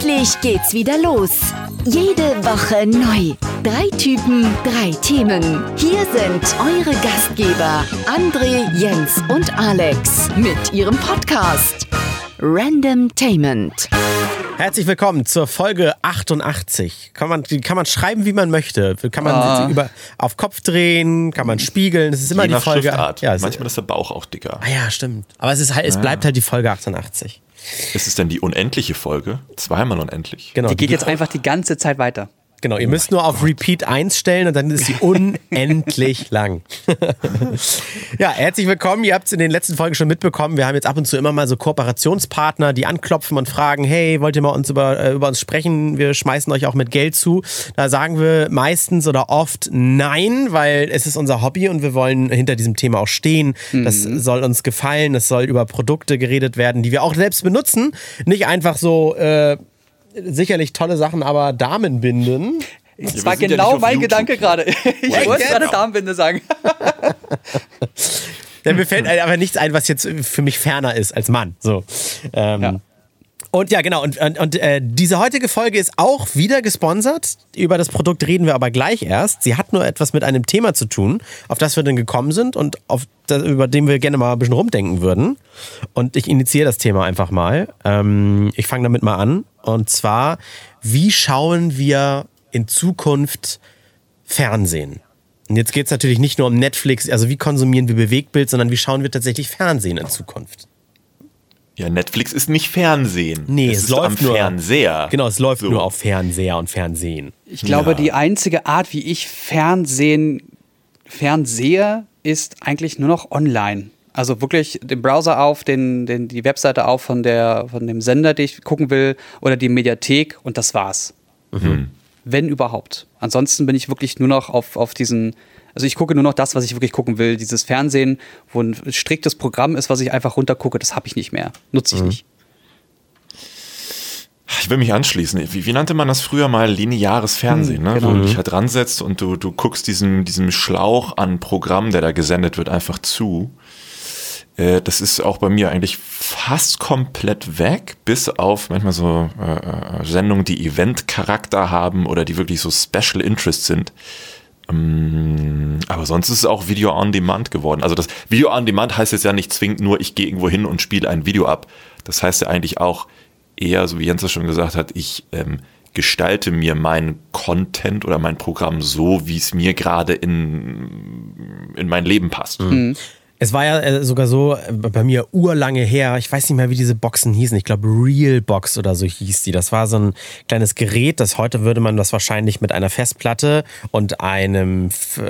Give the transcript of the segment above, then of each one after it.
Endlich geht's wieder los. Jede Woche neu. 3 Typen, 3 Themen. Hier sind eure Gastgeber André, Jens und Alex mit ihrem Podcast Randomtainment. Herzlich willkommen zur Folge 88. Kann man schreiben, wie man möchte. Kann man auf Kopf drehen, kann man spiegeln. Das ist immer die Folge. Ja, manchmal ist der Bauch auch dicker. Ah ja, stimmt. Aber es bleibt halt die Folge 88. Ist es denn die unendliche Folge? Zweimal unendlich. Genau, die geht jetzt einfach die ganze Zeit weiter. Genau, ihr müsst nur auf Repeat 1 stellen und dann ist sie unendlich lang. Ja, herzlich willkommen. Ihr habt es in den letzten Folgen schon mitbekommen. Wir haben jetzt ab und zu immer mal so Kooperationspartner, die anklopfen und fragen, hey, wollt ihr mal über uns sprechen? Wir schmeißen euch auch mit Geld zu. Da sagen wir meistens oder oft nein, weil es ist unser Hobby und wir wollen hinter diesem Thema auch stehen. Das soll uns gefallen. Es soll über Produkte geredet werden, die wir auch selbst benutzen. Nicht einfach so... sicherlich tolle Sachen, aber Damenbinden. Das war genau mein Gedanke gerade. Ich wollte gerade Damenbinde sagen. Mir fällt aber nichts ein, was jetzt für mich ferner ist als Mann. So. Ja. Und ja, genau. Und diese heutige Folge ist auch wieder gesponsert. Über das Produkt reden wir aber gleich erst. Sie hat nur etwas mit einem Thema zu tun, auf das wir dann gekommen sind und über dem wir gerne mal ein bisschen rumdenken würden. Und ich initiiere das Thema einfach mal. Ich fange damit mal an. Und zwar, wie schauen wir in Zukunft Fernsehen? Und jetzt geht es natürlich nicht nur um Netflix, also wie konsumieren wir Bewegtbild, sondern wie schauen wir tatsächlich Fernsehen in Zukunft? Ja, Netflix ist nicht Fernsehen. Nee, es läuft am Fernseher. Genau, es läuft nur auf Fernseher und Fernsehen. Ich glaube, die einzige Art, wie ich Fernsehen fernsehe, ist eigentlich nur noch online. Also wirklich den Browser auf, die Webseite auf von dem Sender, den ich gucken will, oder die Mediathek und das war's. Mhm. Wenn überhaupt. Ansonsten bin ich wirklich nur noch auf diesen... Also ich gucke nur noch das, was ich wirklich gucken will. Dieses Fernsehen, wo ein striktes Programm ist, was ich einfach runtergucke, das habe ich nicht mehr. Nutze ich nicht. Ich will mich anschließen. Wie nannte man das früher mal? Lineares Fernsehen, ne? Genau. Wo du dich halt ransetzt und du guckst diesem Schlauch an Programm, der da gesendet wird, einfach zu. Das ist auch bei mir eigentlich fast komplett weg, bis auf manchmal so Sendungen, die Event-Charakter haben oder die wirklich so Special Interest sind. Aber sonst ist es auch Video on Demand geworden. Also das Video on Demand heißt jetzt ja nicht zwingend nur, ich gehe irgendwo hin und spiele ein Video ab. Das heißt ja eigentlich auch eher, so wie Jens das schon gesagt hat, ich gestalte mir meinen Content oder mein Programm so, wie es mir gerade in mein Leben passt. Mhm. Es war ja sogar so bei mir urlange her, ich weiß nicht mehr, wie diese Boxen hießen, ich glaube Realbox oder so hieß die. Das war so ein kleines Gerät, heute würde man das wahrscheinlich mit einer Festplatte und einem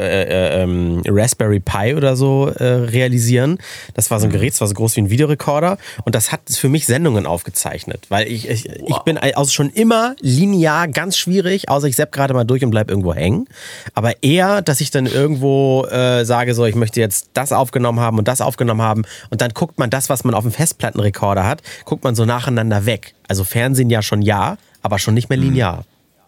Raspberry Pi oder so realisieren. Das war so ein Gerät, das war so groß wie ein Videorekorder und das hat für mich Sendungen aufgezeichnet, weil ich bin also schon immer linear ganz schwierig, außer ich zapp gerade mal durch und bleib irgendwo hängen. Aber eher, dass ich dann irgendwo sage, so ich möchte jetzt das aufgenommen haben und das aufgenommen haben und dann guckt man das, was man auf dem Festplattenrekorder hat, guckt man so nacheinander weg. Also Fernsehen ja schon aber schon nicht mehr linear.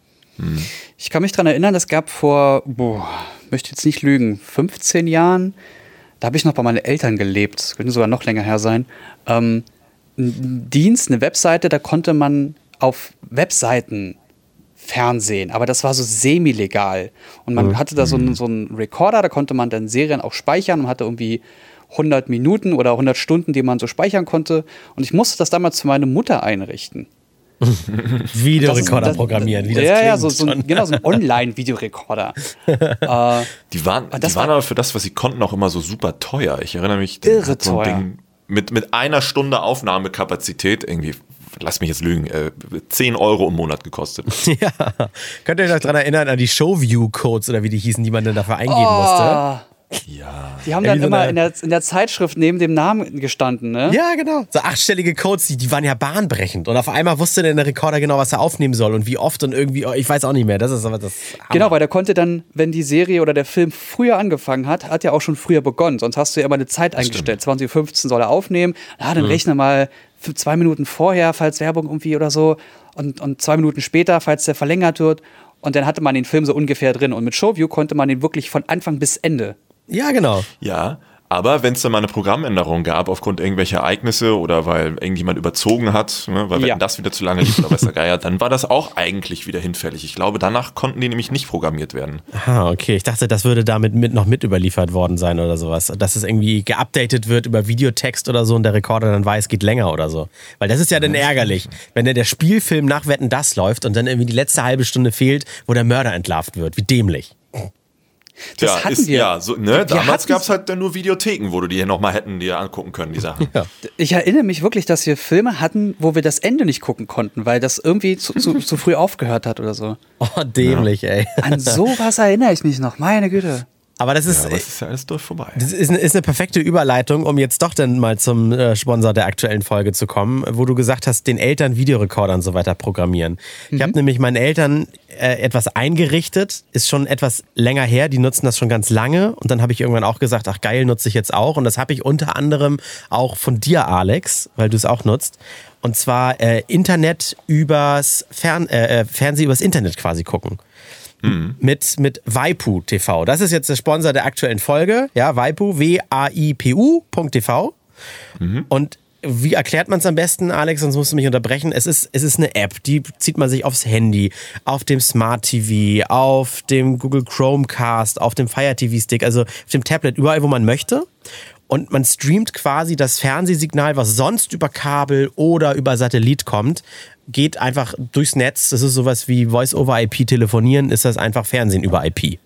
Ich kann mich daran erinnern, es gab vor, möchte jetzt nicht lügen, 15 Jahren, da habe ich noch bei meinen Eltern gelebt, das könnte sogar noch länger her sein, ein Dienst, eine Webseite, da konnte man auf Webseiten Fernsehen, aber das war so semi-legal. Und man hatte da so einen Recorder, da konnte man dann Serien auch speichern und hatte irgendwie 100 Minuten oder 100 Stunden, die man so speichern konnte. Und ich musste das damals für meine Mutter einrichten. Videorekorder programmieren, wie das klingt. Genau, so ein Online-Videorekorder. Die waren aber für das, was sie konnten, auch immer so super teuer. Ich erinnere mich, irre so ein teuer. Ding mit einer Stunde Aufnahmekapazität irgendwie, lass mich jetzt lügen, 10 Euro im Monat gekostet. Ja, könnt ihr euch noch daran erinnern an die Showview-Codes oder wie die hießen, die man dann dafür eingeben musste? Ja. Die haben dann immer in der Zeitschrift neben dem Namen gestanden, ne? Ja, genau. So 8-stellige Codes, die waren ja bahnbrechend. Und auf einmal wusste dann der Rekorder genau, was er aufnehmen soll und wie oft und irgendwie, ich weiß auch nicht mehr. Das ist aber das Hammer. Genau, weil der konnte dann, wenn die Serie oder der Film früher angefangen hat ja auch schon früher begonnen. Sonst hast du ja immer eine Zeit eingestellt. 20:15 Uhr soll er aufnehmen. Dann rechne mal für 2 Minuten vorher, falls Werbung irgendwie oder so. Und 2 Minuten später, falls der verlängert wird. Und dann hatte man den Film so ungefähr drin. Und mit Showview konnte man den wirklich von Anfang bis Ende. Ja, genau. Ja, Aber wenn es dann mal eine Programmänderung gab, aufgrund irgendwelcher Ereignisse oder weil irgendjemand überzogen hat, ne, weil wenn das wieder zu lange lief oder weiß der Geier, dann war das auch eigentlich wieder hinfällig. Ich glaube, danach konnten die nämlich nicht programmiert werden. Aha, okay. Ich dachte, das würde damit noch mit überliefert worden sein oder sowas. Dass es irgendwie geupdatet wird über Videotext oder so und der Rekorder dann weiß, geht länger oder so. Weil das ist ja dann ärgerlich, wenn der Spielfilm nach Wetten, das läuft und dann irgendwie die letzte halbe Stunde fehlt, wo der Mörder entlarvt wird. Wie dämlich. Das hatten wir. Ja, so, ne? Damals gab es halt dann nur Videotheken, wo du die nochmal hätten dir angucken können, die Sachen. Ja. Ich erinnere mich wirklich, dass wir Filme hatten, wo wir das Ende nicht gucken konnten, weil das irgendwie zu früh aufgehört hat oder so. Oh, dämlich, ey. An sowas erinnere ich mich noch, meine Güte. Aber das ist, aber es ist ja alles durch vorbei. Das ist eine perfekte Überleitung, um jetzt doch dann mal zum Sponsor der aktuellen Folge zu kommen, wo du gesagt hast, den Eltern Videorekorder und so weiter programmieren. Ich habe nämlich meinen Eltern etwas eingerichtet, ist schon etwas länger her, die nutzen das schon ganz lange und dann habe ich irgendwann auch gesagt, ach geil, nutze ich jetzt auch und das habe ich unter anderem auch von dir, Alex, weil du es auch nutzt. Und zwar Internet übers Fernsehen übers Internet quasi gucken. Mit Waipu TV. Das ist jetzt der Sponsor der aktuellen Folge. Ja, Waipu, WAIPU.tv. Und wie erklärt man es am besten, Alex? Sonst musst du mich unterbrechen. Es ist eine App, die zieht man sich aufs Handy, auf dem Smart TV, auf dem Google Chromecast, auf dem Fire TV Stick, also auf dem Tablet, überall, wo man möchte. Und man streamt quasi das Fernsehsignal, was sonst über Kabel oder über Satellit kommt, geht einfach durchs Netz. Das ist sowas wie Voice-over-IP telefonieren, ist das einfach Fernsehen über IP.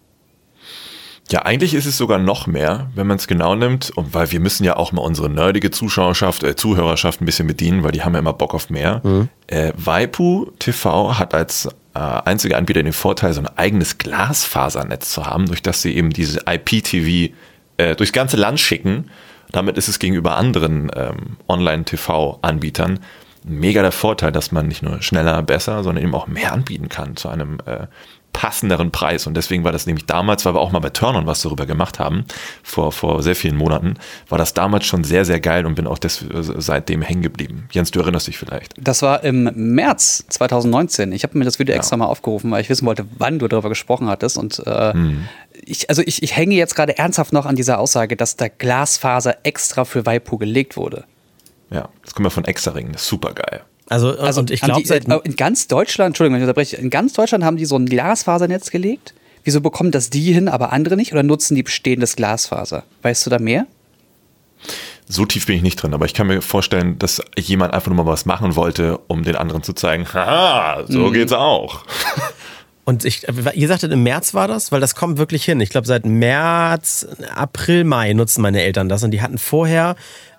Ja, eigentlich ist es sogar noch mehr, wenn man es genau nimmt, und weil wir müssen ja auch mal unsere nerdige Zuhörerschaft ein bisschen bedienen, weil die haben ja immer Bock auf mehr. Waipu TV hat als einziger Anbieter den Vorteil, so ein eigenes Glasfasernetz zu haben, durch das sie eben diese IPTV durchs ganze Land schicken. Damit ist es gegenüber anderen Online-TV-Anbietern mega der Vorteil, dass man nicht nur schneller, besser, sondern eben auch mehr anbieten kann zu einem passenderen Preis. Und deswegen war das nämlich damals, weil wir auch mal bei Turn-On was darüber gemacht haben, vor sehr vielen Monaten, war das damals schon sehr, sehr geil und bin auch seitdem hängen geblieben. Jens, du erinnerst dich vielleicht. Das war im März 2019. Ich habe mir das Video extra mal aufgerufen, weil ich wissen wollte, wann du darüber gesprochen hattest. Und ich hänge jetzt gerade ernsthaft noch an dieser Aussage, dass da Glasfaser extra für Waipu gelegt wurde. Ja, das kommt ja von Exaring, das ist super geil. Also und ich glaube, in ganz Deutschland, Entschuldigung, wenn ich unterbreche, in ganz Deutschland haben die so ein Glasfasernetz gelegt. Wieso bekommen das die hin, aber andere nicht? Oder nutzen die bestehendes Glasfaser? Weißt du da mehr? So tief bin ich nicht drin, aber ich kann mir vorstellen, dass jemand einfach nur mal was machen wollte, um den anderen zu zeigen, haha, so geht's auch. Und ihr sagtet, im März war das? Weil das kommt wirklich hin. Ich glaube, seit März, April, Mai nutzen meine Eltern das. Und die hatten vorher,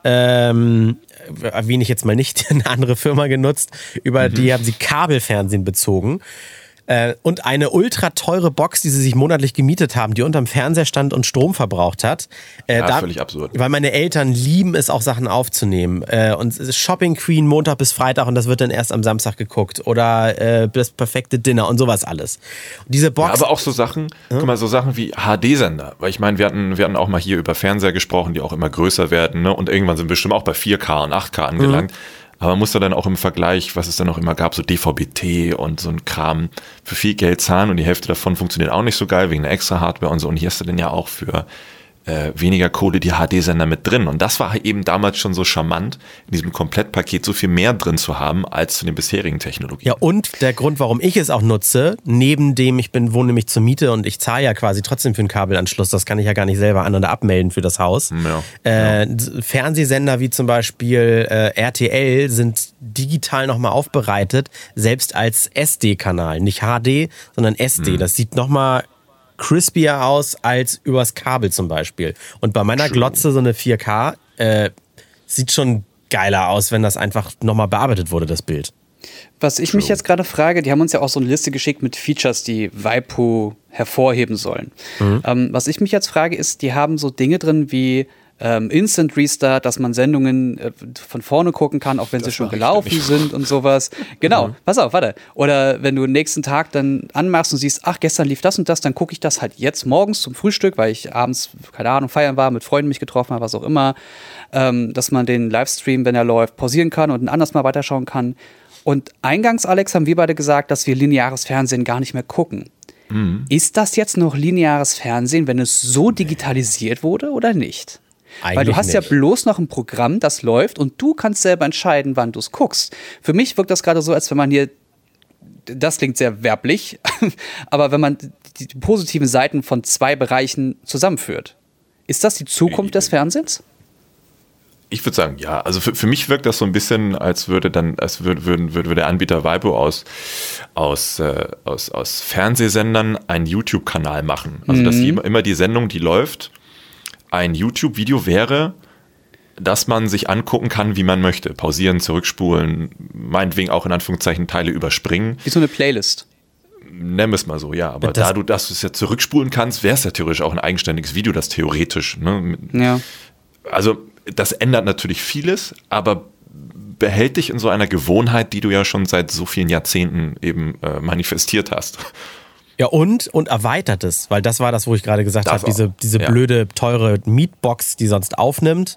erwähne ich jetzt mal nicht, eine andere Firma genutzt. Über die haben sie Kabelfernsehen bezogen. Und eine ultra teure Box, die sie sich monatlich gemietet haben, die unterm Fernseher stand und Strom verbraucht hat. Völlig absurd. Weil meine Eltern lieben es, auch Sachen aufzunehmen. Und es ist Shopping Queen Montag bis Freitag und das wird dann erst am Samstag geguckt. Oder das perfekte Dinner und sowas alles. Und diese Box. Ja, aber auch so Sachen, guck mal, so Sachen wie HD-Sender. Weil ich meine, wir hatten auch mal hier über Fernseher gesprochen, die auch immer größer werden. Ne? Und irgendwann sind wir bestimmt auch bei 4K und 8K angelangt. Aber man muss da dann auch im Vergleich, was es dann auch immer gab, so DVB-T und so ein Kram für viel Geld zahlen und die Hälfte davon funktioniert auch nicht so geil wegen der extra Hardware und so. Und hier hast du dann ja auch für weniger Kohle die HD-Sender mit drin. Und das war eben damals schon so charmant, in diesem Komplettpaket so viel mehr drin zu haben, als zu den bisherigen Technologien. Ja, und der Grund, warum ich es auch nutze, neben dem, wohne nämlich zur Miete und ich zahle ja quasi trotzdem für einen Kabelanschluss, das kann ich ja gar nicht selber an- oder abmelden für das Haus. Ja. Fernsehsender wie zum Beispiel RTL sind digital nochmal aufbereitet, selbst als SD-Kanal. Nicht HD, sondern SD. Das sieht nochmal crispier aus als übers Kabel zum Beispiel. Und bei meiner Glotze so eine 4K sieht schon geiler aus, wenn das einfach nochmal bearbeitet wurde, das Bild. Was ich mich jetzt gerade frage, die haben uns ja auch so eine Liste geschickt mit Features, die Waipu hervorheben sollen. Was ich mich jetzt frage, ist, die haben so Dinge drin wie Instant Restart, dass man Sendungen von vorne gucken kann, auch wenn sie schon gelaufen sind und sowas. Genau, pass auf, warte. Oder wenn du den nächsten Tag dann anmachst und siehst, ach, gestern lief das und das, dann gucke ich das halt jetzt morgens zum Frühstück, weil ich abends, keine Ahnung, feiern war, mit Freunden mich getroffen habe, was auch immer. Dass man den Livestream, wenn er läuft, pausieren kann und ein anderes Mal weiterschauen kann. Und eingangs, Alex, haben wir beide gesagt, dass wir lineares Fernsehen gar nicht mehr gucken. Ist das jetzt noch lineares Fernsehen, wenn es so digitalisiert wurde oder nicht? Eigentlich Weil du hast ja nicht. bloß noch ein Programm, das läuft und du kannst selber entscheiden, wann du es guckst. Für mich wirkt das gerade so, als wenn man hier, das klingt sehr werblich, aber wenn man die positiven Seiten von 2 Bereichen zusammenführt. Ist das die Zukunft des Fernsehens? Ich würde sagen, ja. Also für mich wirkt das so ein bisschen, als würde der Anbieter Waipu aus Fernsehsendern einen YouTube-Kanal machen. Also dass immer die Sendung, die läuft, ein YouTube-Video wäre, das man sich angucken kann, wie man möchte. Pausieren, zurückspulen, meinetwegen auch in Anführungszeichen Teile überspringen. Wie so eine Playlist. Nennen wir es mal so, ja. Aber dass du es ja zurückspulen kannst, wäre es ja theoretisch auch ein eigenständiges Video, das theoretisch. Ne? Ja. Also das ändert natürlich vieles, aber behält dich in so einer Gewohnheit, die du ja schon seit so vielen Jahrzehnten eben manifestiert hast. Ja, und erweitert es, weil das war das, wo ich gerade gesagt habe, diese blöde, teure Mietbox, die sonst aufnimmt.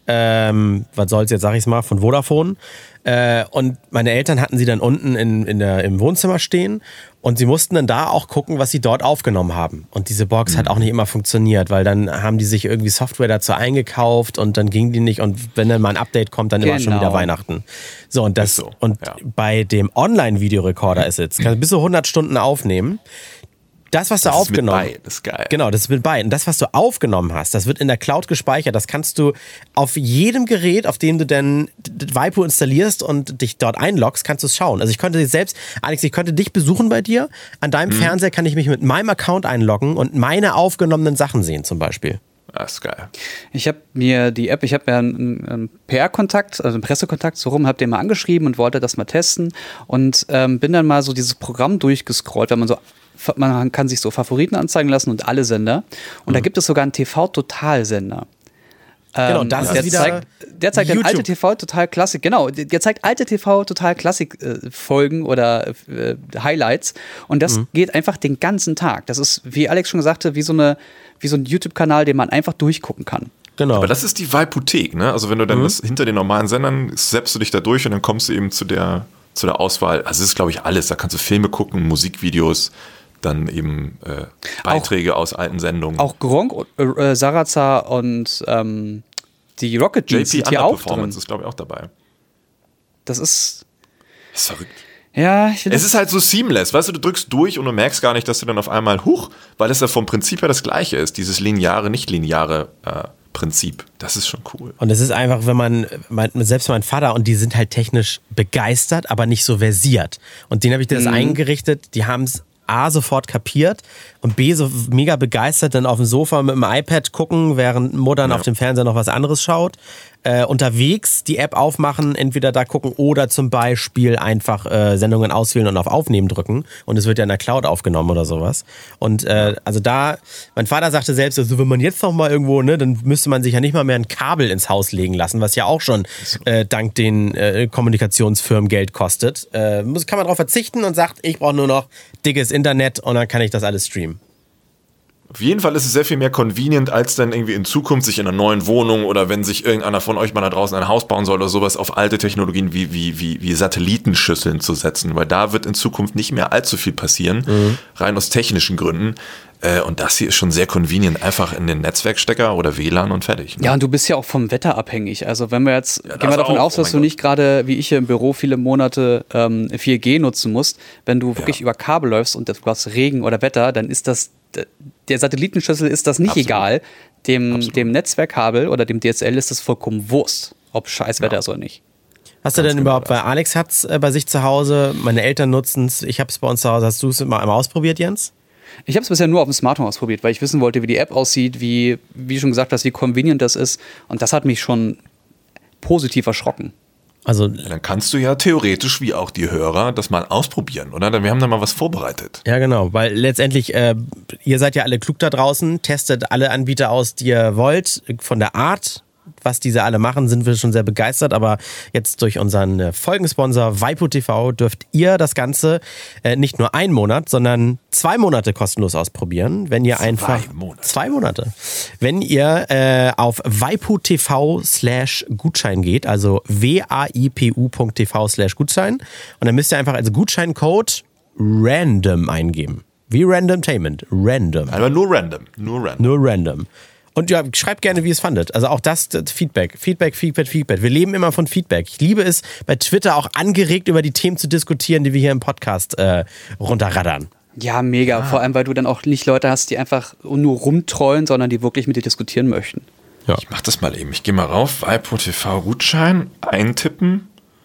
Was soll's jetzt, sag ich's mal, von Vodafone. Und meine Eltern hatten sie dann unten im Wohnzimmer stehen und sie mussten dann da auch gucken, was sie dort aufgenommen haben. Und diese Box hat auch nicht immer funktioniert, weil dann haben die sich irgendwie Software dazu eingekauft und dann ging die nicht und wenn dann mal ein Update kommt, dann immer schon wieder Weihnachten. So, und bei dem Online-Videorekorder ist jetzt, kannst du bis zu 100 Stunden aufnehmen. Das, was du aufgenommen hast. Das ist geil. Genau, das ist mit bei. Und das, was du aufgenommen hast, das wird in der Cloud gespeichert. Das kannst du auf jedem Gerät, auf dem du dann Waipu installierst und dich dort einloggst, kannst du es schauen. Also ich könnte Alex, ich könnte dich besuchen bei dir. An deinem Fernseher kann ich mich mit meinem Account einloggen und meine aufgenommenen Sachen sehen zum Beispiel. Das ist geil. Ich habe mir die App, ich habe ja einen PR-Kontakt, also einen Pressekontakt, so rum, habe den mal angeschrieben und wollte das mal testen und bin dann mal so dieses Programm durchgescrollt, wenn man kann sich so Favoriten anzeigen lassen und alle Sender. Und da gibt es sogar einen TV-Total-Sender. Genau, das ist wieder der zeigt dann alte TV-Total-Klassik, genau, der zeigt alte TV-Total-Klassik-Folgen oder Highlights und das geht einfach den ganzen Tag. Das ist, wie Alex schon sagte, wie so ein YouTube-Kanal, den man einfach durchgucken kann. Genau. Aber das ist die Waiputhek, ne? Also wenn du dann hinter den normalen Sendern zappst du dich da durch und dann kommst du eben zu der Auswahl. Also es ist, glaube ich, alles. Da kannst du Filme gucken, Musikvideos, dann eben Beiträge aus alten Sendungen. Auch Gronk, Sarazar und die Rocket Beans sind hier auch drin. ist, glaube ich, auch dabei. Das ist verrückt. Ja, ich finde es ist halt so seamless, weißt du drückst durch und du merkst gar nicht, dass du dann auf einmal, weil es ja vom Prinzip her das Gleiche ist, dieses lineare, nicht lineare Prinzip. Das ist schon cool. Und es ist einfach, wenn selbst mein Vater, und die sind halt technisch begeistert, aber nicht so versiert. Und denen habe ich das eingerichtet, die haben es A, sofort kapiert und B, so mega begeistert dann auf dem Sofa mit dem iPad gucken, während Mutter auf dem Fernseher noch was anderes schaut. Unterwegs die App aufmachen, entweder da gucken oder zum Beispiel einfach Sendungen auswählen und auf Aufnehmen drücken und es wird ja in der Cloud aufgenommen oder sowas. Und also mein Vater sagte selbst, also wenn man jetzt noch mal irgendwo, ne, dann müsste man sich ja nicht mal mehr ein Kabel ins Haus legen lassen, was ja auch schon dank den Kommunikationsfirmen Geld kostet. Kann man darauf verzichten und sagt, ich brauche nur noch dickes Internet und dann kann ich das alles streamen. Auf jeden Fall ist es sehr viel mehr convenient, als dann irgendwie in Zukunft sich in einer neuen Wohnung oder wenn sich irgendeiner von euch mal da draußen ein Haus bauen soll oder sowas auf alte Technologien wie Satellitenschüsseln zu setzen, weil da wird in Zukunft nicht mehr allzu viel passieren, rein aus technischen Gründen. Und das hier ist schon sehr convenient, einfach in den Netzwerkstecker oder WLAN und fertig. Ne? Ja, und du bist ja auch vom Wetter abhängig. Also wenn wir jetzt, gehen wir davon aus, dass du nicht gerade, wie ich hier im Büro, viele Monate 4G nutzen musst. Wenn du wirklich über Kabel läufst und du hast Regen oder Wetter, dann ist das, der Satellitenschüssel ist das nicht egal. Dem Netzwerkkabel oder dem DSL ist das vollkommen Wurst, ob scheiß Wetter ist oder nicht. Hast du denn überhaupt, weil Alex hat es bei sich zu Hause, meine Eltern nutzen es, ich habe es bei uns zu Hause, hast du es mal einmal ausprobiert, Jens? Ich habe es bisher nur auf dem Smartphone ausprobiert, weil ich wissen wollte, wie die App aussieht, wie schon gesagt hast, wie convenient das ist. Und das hat mich schon positiv erschrocken. Also, dann kannst du ja theoretisch, wie auch die Hörer, das mal ausprobieren, oder? Wir haben da mal was vorbereitet. Ja, genau, weil letztendlich, ihr seid ja alle klug da draußen, testet alle Anbieter aus, die ihr wollt, von der Art, was diese alle machen, sind wir schon sehr begeistert, aber jetzt durch unseren Folgensponsor Waipu TV dürft ihr das Ganze nicht nur 1 Monat, sondern 2 Monate kostenlos ausprobieren, wenn ihr 2 Monate. Wenn ihr auf waipu.tv/Gutschein geht, also waipu.tv/Gutschein und dann müsst ihr einfach als Gutscheincode RANDOM eingeben. Wie Randomtainment. Random. Aber nur random. Nur random. Und ja, schreibt gerne, wie ihr es fandet. Also auch das Feedback. Wir leben immer von Feedback. Ich liebe es, bei Twitter auch angeregt über die Themen zu diskutieren, die wir hier im Podcast runterraddern. Ja, mega. Vor allem, weil du dann auch nicht Leute hast, die einfach nur rumtrollen, sondern die wirklich mit dir diskutieren möchten. Ja. Ich mach das mal eben. Ich gehe mal rauf. Waipu.tv Gutschein. Eintippen.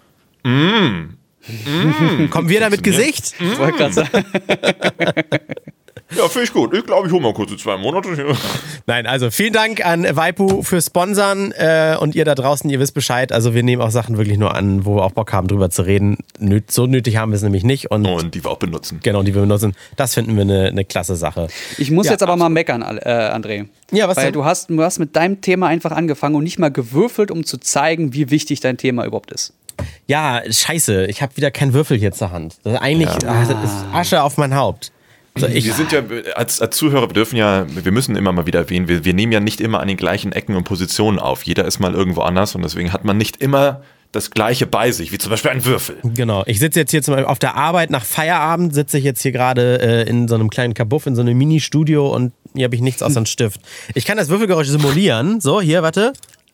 Kommen wir da mit Gesicht? Ich wollte gerade sagen. Ja, finde ich gut. Ich glaube, ich hole mal kurz 2 Monate. Nein, also vielen Dank an Waipu fürs Sponsern und ihr da draußen, ihr wisst Bescheid. Also wir nehmen auch Sachen wirklich nur an, wo wir auch Bock haben, drüber zu reden. So nötig haben wir es nämlich nicht. Und die wir auch benutzen. Genau, die wir benutzen. Das finden wir eine klasse Sache. Ich muss jetzt aber mal meckern, André. Ja, was Weil denn? du hast mit deinem Thema einfach angefangen und nicht mal gewürfelt, um zu zeigen, wie wichtig dein Thema überhaupt ist. Ja, scheiße. Ich habe wieder keinen Würfel hier zur Hand. Das ist eigentlich das ist Asche auf mein Haupt. Also Wir sind ja als Zuhörer, wir müssen immer mal wieder erwähnen, wir nehmen ja nicht immer an den gleichen Ecken und Positionen auf. Jeder ist mal irgendwo anders und deswegen hat man nicht immer das Gleiche bei sich, wie zum Beispiel ein Würfel. Genau. Ich sitze jetzt hier zum Beispiel auf der Arbeit, nach Feierabend sitze ich jetzt hier gerade in so einem kleinen Kabuff, in so einem Mini-Studio und hier habe ich nichts außer einen Stift. Ich kann das Würfelgeräusch simulieren. So, hier, warte.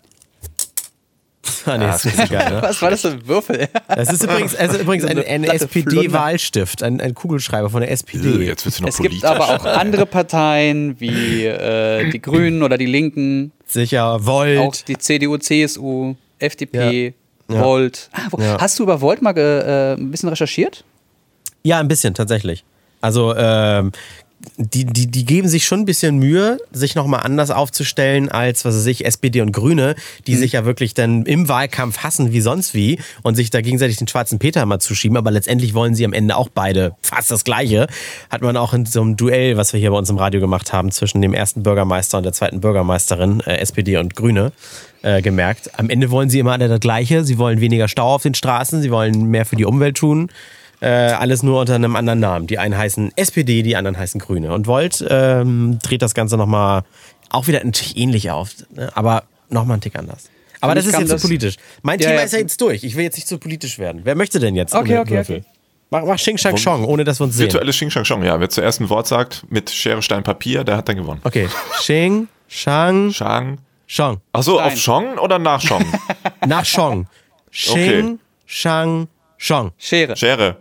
Das ist nicht geil, ne? Was war das für ein Würfel? Das ist übrigens ein SPD-Wahlstift, ein Kugelschreiber von der SPD. Jetzt wird es noch Es politisch. gibt aber auch andere Parteien wie die Grünen oder die Linken. Sicher, Volt. Auch die CDU, CSU, FDP, Ja. Volt. Hast du über Volt mal ein bisschen recherchiert? Ja, ein bisschen, tatsächlich. Also, die geben sich schon ein bisschen Mühe, sich nochmal anders aufzustellen als, was weiß ich, SPD und Grüne, die sich ja wirklich dann im Wahlkampf hassen wie sonst wie und sich da gegenseitig den schwarzen Peter mal zuschieben, aber letztendlich wollen sie am Ende auch beide fast das Gleiche. Hat man auch in so einem Duell, was wir hier bei uns im Radio gemacht haben, zwischen dem ersten Bürgermeister und der zweiten Bürgermeisterin, SPD und Grüne, gemerkt. Am Ende wollen sie immer alle das Gleiche. Sie wollen weniger Stau auf den Straßen, sie wollen mehr für die Umwelt tun. Alles nur unter einem anderen Namen. Die einen heißen SPD, die anderen heißen Grüne. Und Volt dreht das Ganze nochmal auch wieder natürlich ähnlich auf, ne? Aber nochmal einen Tick anders. Aber das ist jetzt so politisch. Mein Thema ist ja jetzt durch. Ich will jetzt nicht so politisch werden. Wer möchte denn jetzt? Okay. Mach Xing Shang Chong, ohne dass wir uns sehen. Virtuelles Xing Shang Chong, ja. Wer zuerst ein Wort sagt mit Schere, Stein, Papier, der hat dann gewonnen. Okay. Xing Shang Shang. Chong. Achso, Stein. auf Chong oder nach Chong? Nach Chong. Xing Shang Chong. Schere.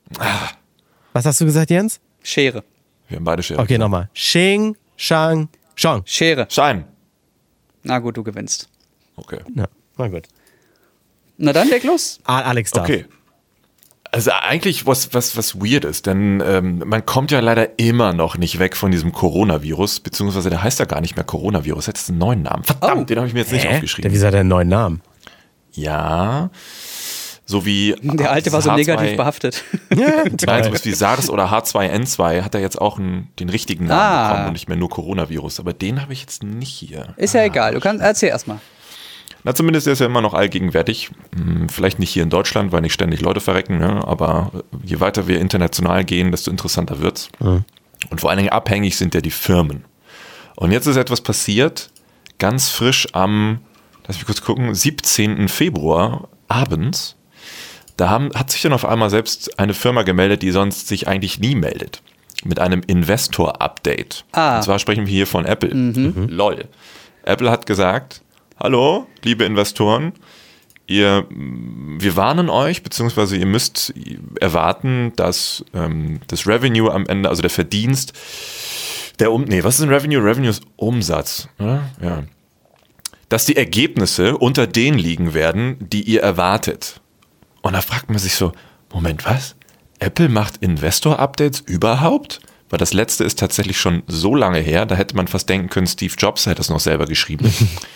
Was hast du gesagt, Jens? Schere. Wir haben beide Schere. Okay, nochmal. Xing Shang Chong. Schere. Stein. Na gut, du gewinnst. Okay. Ja, na gut. Na dann, leg los. Alex darf. Okay. Also eigentlich was weird ist, denn man kommt ja leider immer noch nicht weg von diesem Coronavirus, beziehungsweise der heißt ja gar nicht mehr Coronavirus, jetzt einen neuen Namen. Verdammt, den habe ich mir jetzt nicht aufgeschrieben. Wieso hat er einen neuen Namen? Ja, so wie Der alte war so negativ behaftet. Ja, Nein, sowas wie SARS oder H2N2 hat er jetzt auch den richtigen Namen bekommen und nicht mehr nur Coronavirus. Aber den habe ich jetzt nicht hier. Ist ja egal, du kannst, erzähl erstmal. Na, zumindest ist er immer noch allgegenwärtig. Vielleicht nicht hier in Deutschland, weil nicht ständig Leute verrecken, ne? Aber je weiter wir international gehen, desto interessanter wird's. Mhm. Und vor allen Dingen abhängig sind ja die Firmen. Und jetzt ist etwas passiert, ganz frisch am, lass mich kurz gucken, 17. Februar abends. Da hat sich dann auf einmal selbst eine Firma gemeldet, die sonst sich eigentlich nie meldet. Mit einem Investor-Update. Und zwar sprechen wir hier von Apple. LOL. Apple hat gesagt, hallo, liebe Investoren, wir warnen euch, beziehungsweise ihr müsst erwarten, dass das Revenue am Ende, also der Verdienst, was ist ein Revenue? Revenue ist Umsatz, oder? Ja. Dass die Ergebnisse unter denen liegen werden, die ihr erwartet. Und da fragt man sich so, Moment, was? Apple macht Investor-Updates überhaupt? Weil das letzte ist tatsächlich schon so lange her, da hätte man fast denken können, Steve Jobs hätte es noch selber geschrieben.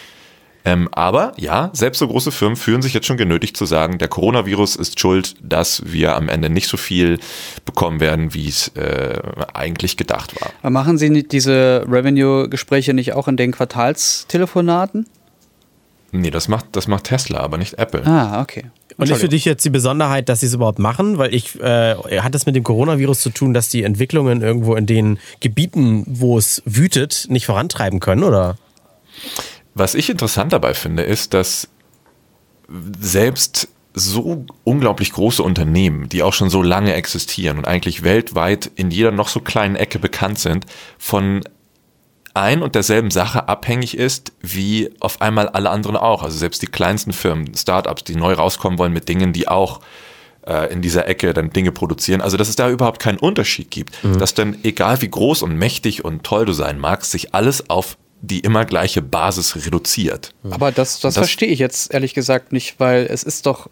Aber ja, selbst so große Firmen fühlen sich jetzt schon genötigt zu sagen, der Coronavirus ist schuld, dass wir am Ende nicht so viel bekommen werden, wie es eigentlich gedacht war. Aber machen Sie diese Revenue-Gespräche nicht auch in den Quartalstelefonaten? Nee, das macht Tesla, aber nicht Apple. Ah, okay. Und ist für dich jetzt die Besonderheit, dass sie es überhaupt machen? Weil hat das mit dem Coronavirus zu tun, dass die Entwicklungen irgendwo in den Gebieten, wo es wütet, nicht vorantreiben können, oder? Was ich interessant dabei finde, ist, dass selbst so unglaublich große Unternehmen, die auch schon so lange existieren und eigentlich weltweit in jeder noch so kleinen Ecke bekannt sind, von ein und derselben Sache abhängig ist, wie auf einmal alle anderen auch. Also selbst die kleinsten Firmen, Startups, die neu rauskommen wollen mit Dingen, die auch in dieser Ecke dann Dinge produzieren. Also dass es da überhaupt keinen Unterschied gibt. Dass dann, egal wie groß und mächtig und toll du sein magst, sich alles auf die immer gleiche Basis reduziert. Aber das verstehe ich jetzt ehrlich gesagt nicht, weil es ist doch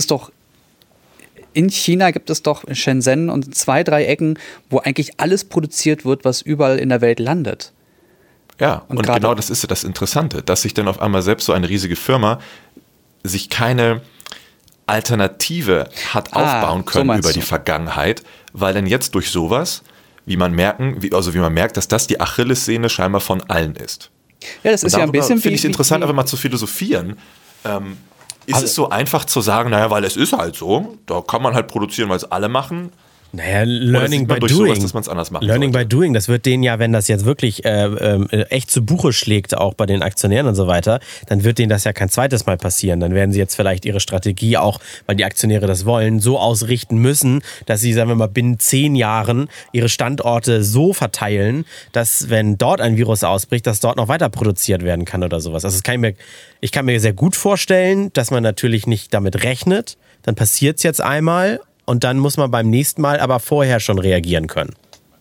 in China gibt es doch in Shenzhen und 2, 3 Ecken, wo eigentlich alles produziert wird, was überall in der Welt landet. Ja, und genau das ist das Interessante, dass sich dann auf einmal selbst so eine riesige Firma sich keine Alternative hat aufbauen können über die Vergangenheit, weil dann jetzt durch sowas, wie man merkt, dass das die Achillessehne scheinbar von allen ist. Ja, das ist ja ein bisschen finde ich es interessant, einfach mal zu philosophieren. Ist es so einfach zu sagen, naja, weil es ist halt so, da kann man halt produzieren, weil es alle machen. Naja, Learning by Doing. Sowas, dass man es anders machen Learning sollte. by Doing, das wird denen ja, wenn das jetzt wirklich echt zu Buche schlägt, auch bei den Aktionären und so weiter, dann wird denen das ja kein zweites Mal passieren. Dann werden sie jetzt vielleicht ihre Strategie auch, weil die Aktionäre das wollen, so ausrichten müssen, dass sie, sagen wir mal, binnen 10 Jahren ihre Standorte so verteilen, dass, wenn dort ein Virus ausbricht, dass dort noch weiter produziert werden kann oder sowas. Also ich kann mir sehr gut vorstellen, dass man natürlich nicht damit rechnet, dann passiert es jetzt einmal. Und dann muss man beim nächsten Mal aber vorher schon reagieren können.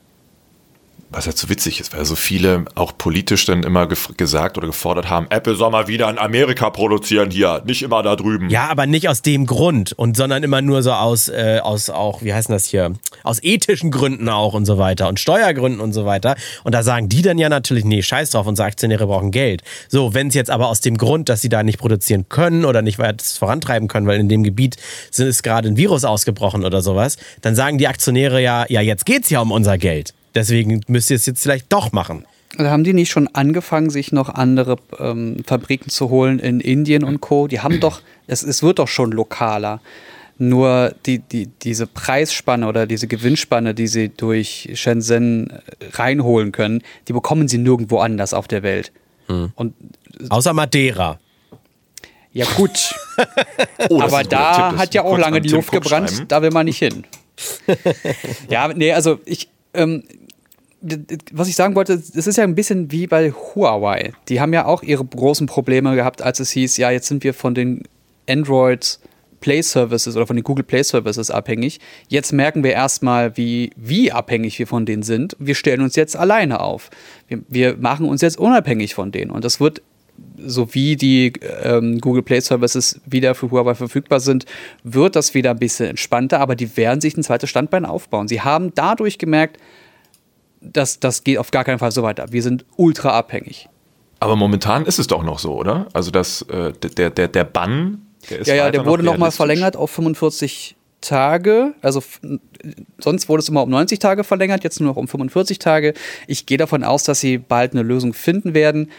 Was halt so witzig ist, weil so viele auch politisch dann immer gesagt oder gefordert haben, Apple soll mal wieder in Amerika produzieren hier, nicht immer da drüben. Ja, aber nicht aus dem Grund, sondern immer nur so aus auch, wie heißt das hier, aus ethischen Gründen auch und so weiter und Steuergründen und so weiter. Und da sagen die dann ja natürlich, nee, scheiß drauf, unsere Aktionäre brauchen Geld. So, wenn es jetzt aber aus dem Grund, dass sie da nicht produzieren können oder nicht weiter vorantreiben können, weil in dem Gebiet ist gerade ein Virus ausgebrochen oder sowas, dann sagen die Aktionäre ja, jetzt geht's ja um unser Geld. Deswegen müsst ihr es jetzt vielleicht doch machen. Also haben die nicht schon angefangen, sich noch andere Fabriken zu holen in Indien und Co.? Die haben doch, es wird doch schon lokaler. Nur diese Preisspanne oder diese Gewinnspanne, die sie durch Shenzhen reinholen können, die bekommen sie nirgendwo anders auf der Welt. Und außer Madeira. Ja gut, aber da hat ja auch lange die Luft gebrannt, da will man nicht hin. Ja, nee, also was ich sagen wollte, es ist ja ein bisschen wie bei Huawei. Die haben ja auch ihre großen Probleme gehabt, als es hieß, ja, jetzt sind wir von den Android Play Services oder von den Google Play Services abhängig. Jetzt merken wir erstmal, wie abhängig wir von denen sind. Wir stellen uns jetzt alleine auf. Wir machen uns jetzt unabhängig von denen. Und das wird, so wie die Google Play Services wieder für Huawei verfügbar sind, wird das wieder ein bisschen entspannter, aber die werden sich ein zweites Standbein aufbauen. Sie haben dadurch gemerkt, dass das geht auf gar keinen Fall so weiter. Wir sind ultra abhängig. Aber momentan ist es doch noch so, oder? Also dass der Bann, der ist der wurde nochmal verlängert auf 45 Tage. Also sonst wurde es immer um 90 Tage verlängert, jetzt nur noch um 45 Tage. Ich gehe davon aus, dass sie bald eine Lösung finden werden.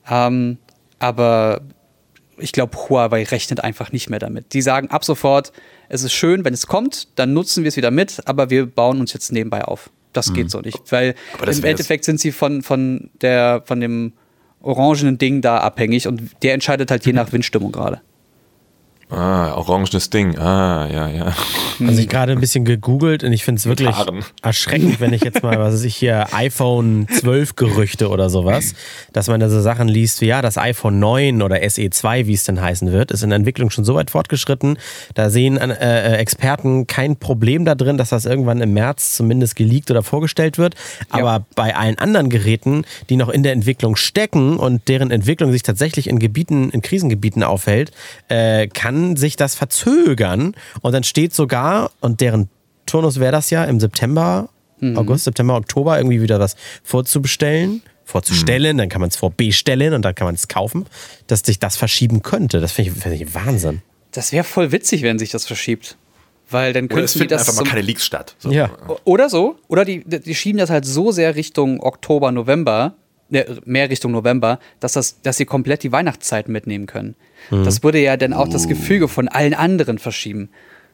Aber ich glaube, Huawei rechnet einfach nicht mehr damit. Die sagen ab sofort, es ist schön, wenn es kommt, dann nutzen wir es wieder mit, aber wir bauen uns jetzt nebenbei auf. Das geht so nicht, weil im Endeffekt sind sie von dem orangenen Ding da abhängig und der entscheidet halt je nach Windstimmung gerade. Orangenes Ding. Ja. Also ich gerade ein bisschen gegoogelt und ich finde es wirklich erschreckend, wenn ich jetzt mal, was weiß ich hier, iPhone 12 Gerüchte oder sowas, dass man da so Sachen liest wie, ja, das iPhone 9 oder SE2, wie es denn heißen wird, ist in der Entwicklung schon so weit fortgeschritten. Da sehen Experten kein Problem da drin, dass das irgendwann im März zumindest geleakt oder vorgestellt wird. Aber bei allen anderen Geräten, die noch in der Entwicklung stecken und deren Entwicklung sich tatsächlich in Krisengebieten aufhält, kann sich das verzögern und dann steht sogar, und deren Turnus wäre das ja, im September, August, September, Oktober irgendwie wieder was vorzustellen, dann kann man es vorbestellen und dann kann man es kaufen, dass sich das verschieben könnte. Das finde ich Wahnsinn. Das wäre voll witzig, wenn sich das verschiebt. Weil dann könnten die das einfach mal keine Leaks statt. So. Ja. Oder so. Oder die schieben das halt so sehr Richtung Oktober, November, mehr Richtung November, dass sie komplett die Weihnachtszeit mitnehmen können. Das würde ja dann auch das Gefüge von allen anderen verschieben.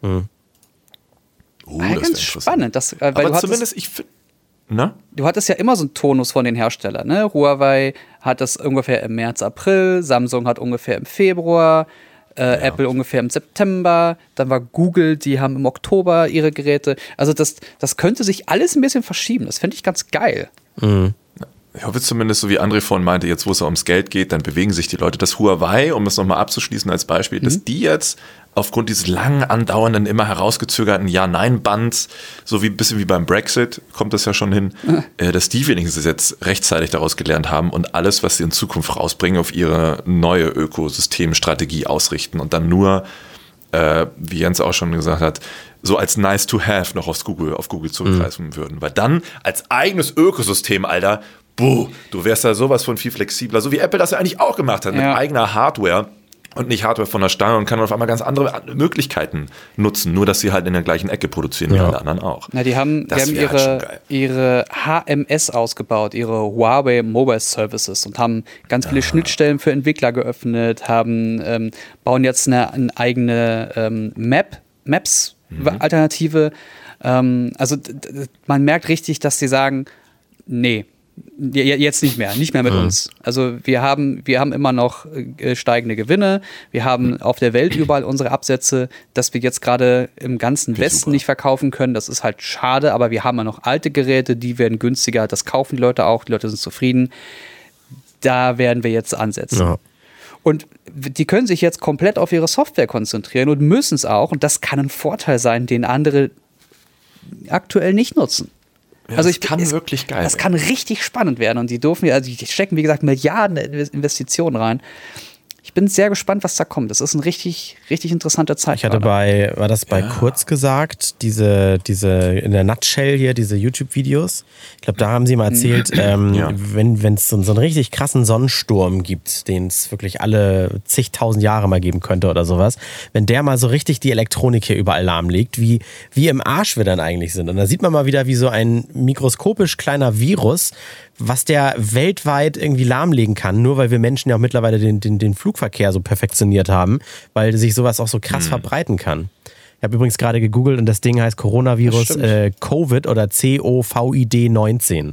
Das ganz spannend. Aber zumindest, du hattest ja immer so einen Tonus von den Herstellern. Ne? Huawei hat das ungefähr im März, April, Samsung hat ungefähr im Februar, Apple ungefähr im September, dann war Google, die haben im Oktober ihre Geräte. Also das könnte sich alles ein bisschen verschieben. Das fände ich ganz geil. Mhm. Ich hoffe zumindest, so wie André vorhin meinte, jetzt wo es ums Geld geht, dann bewegen sich die Leute. Das Huawei, um das nochmal abzuschließen als Beispiel, dass die jetzt aufgrund dieses lang andauernden, immer herausgezögerten Ja-Nein-Bands, so wie ein bisschen wie beim Brexit, kommt das ja schon hin, dass die wenigstens jetzt rechtzeitig daraus gelernt haben und alles, was sie in Zukunft rausbringen, auf ihre neue Ökosystemstrategie ausrichten und dann nur, wie Jens auch schon gesagt hat, so als nice to have noch auf Google zurückgreifen würden. Weil dann als eigenes Ökosystem, Alter, du wärst da sowas von viel flexibler, so wie Apple das ja eigentlich auch gemacht hat, mit eigener Hardware und nicht Hardware von der Stange und kann auf einmal ganz andere Möglichkeiten nutzen, nur dass sie halt in der gleichen Ecke produzieren wie alle anderen auch. Na, die haben ihre HMS ausgebaut, ihre Huawei Mobile Services und haben ganz viele Schnittstellen für Entwickler geöffnet, bauen jetzt eine eigene Maps-Alternative. Also man merkt richtig, dass sie sagen, nee, jetzt nicht mehr mit uns. Also wir haben immer noch steigende Gewinne, wir haben auf der Welt überall unsere Absätze, dass wir jetzt gerade im ganzen Westen nicht verkaufen können, das ist halt schade, aber wir haben ja noch alte Geräte, die werden günstiger, das kaufen die Leute auch, die Leute sind zufrieden. Da werden wir jetzt ansetzen. Ja. Und die können sich jetzt komplett auf ihre Software konzentrieren und müssen es auch, und das kann ein Vorteil sein, den andere aktuell nicht nutzen. Ja, also kann wirklich geil werden. Das kann richtig spannend werden und die stecken, wie gesagt, Milliarden Investitionen rein. Ich bin sehr gespannt, was da kommt. Das ist ein richtig, richtig interessanter Zeit. Ich hatte war das bei Kurz gesagt, diese in der Nutshell hier, diese YouTube-Videos. Ich glaube, da haben sie mal erzählt, wenn es so einen richtig krassen Sonnensturm gibt, den es wirklich alle zigtausend Jahre mal geben könnte oder sowas, wenn der mal so richtig die Elektronik hier überall lahmlegt, wie im Arsch wir dann eigentlich sind. Und da sieht man mal wieder, wie so ein mikroskopisch kleiner Virus, was der weltweit irgendwie lahmlegen kann, nur weil wir Menschen ja auch mittlerweile den Flugverkehr so perfektioniert haben, weil sich sowas auch so krass verbreiten kann. Ich habe übrigens gerade gegoogelt und das Ding heißt Coronavirus Covid oder COVID-19.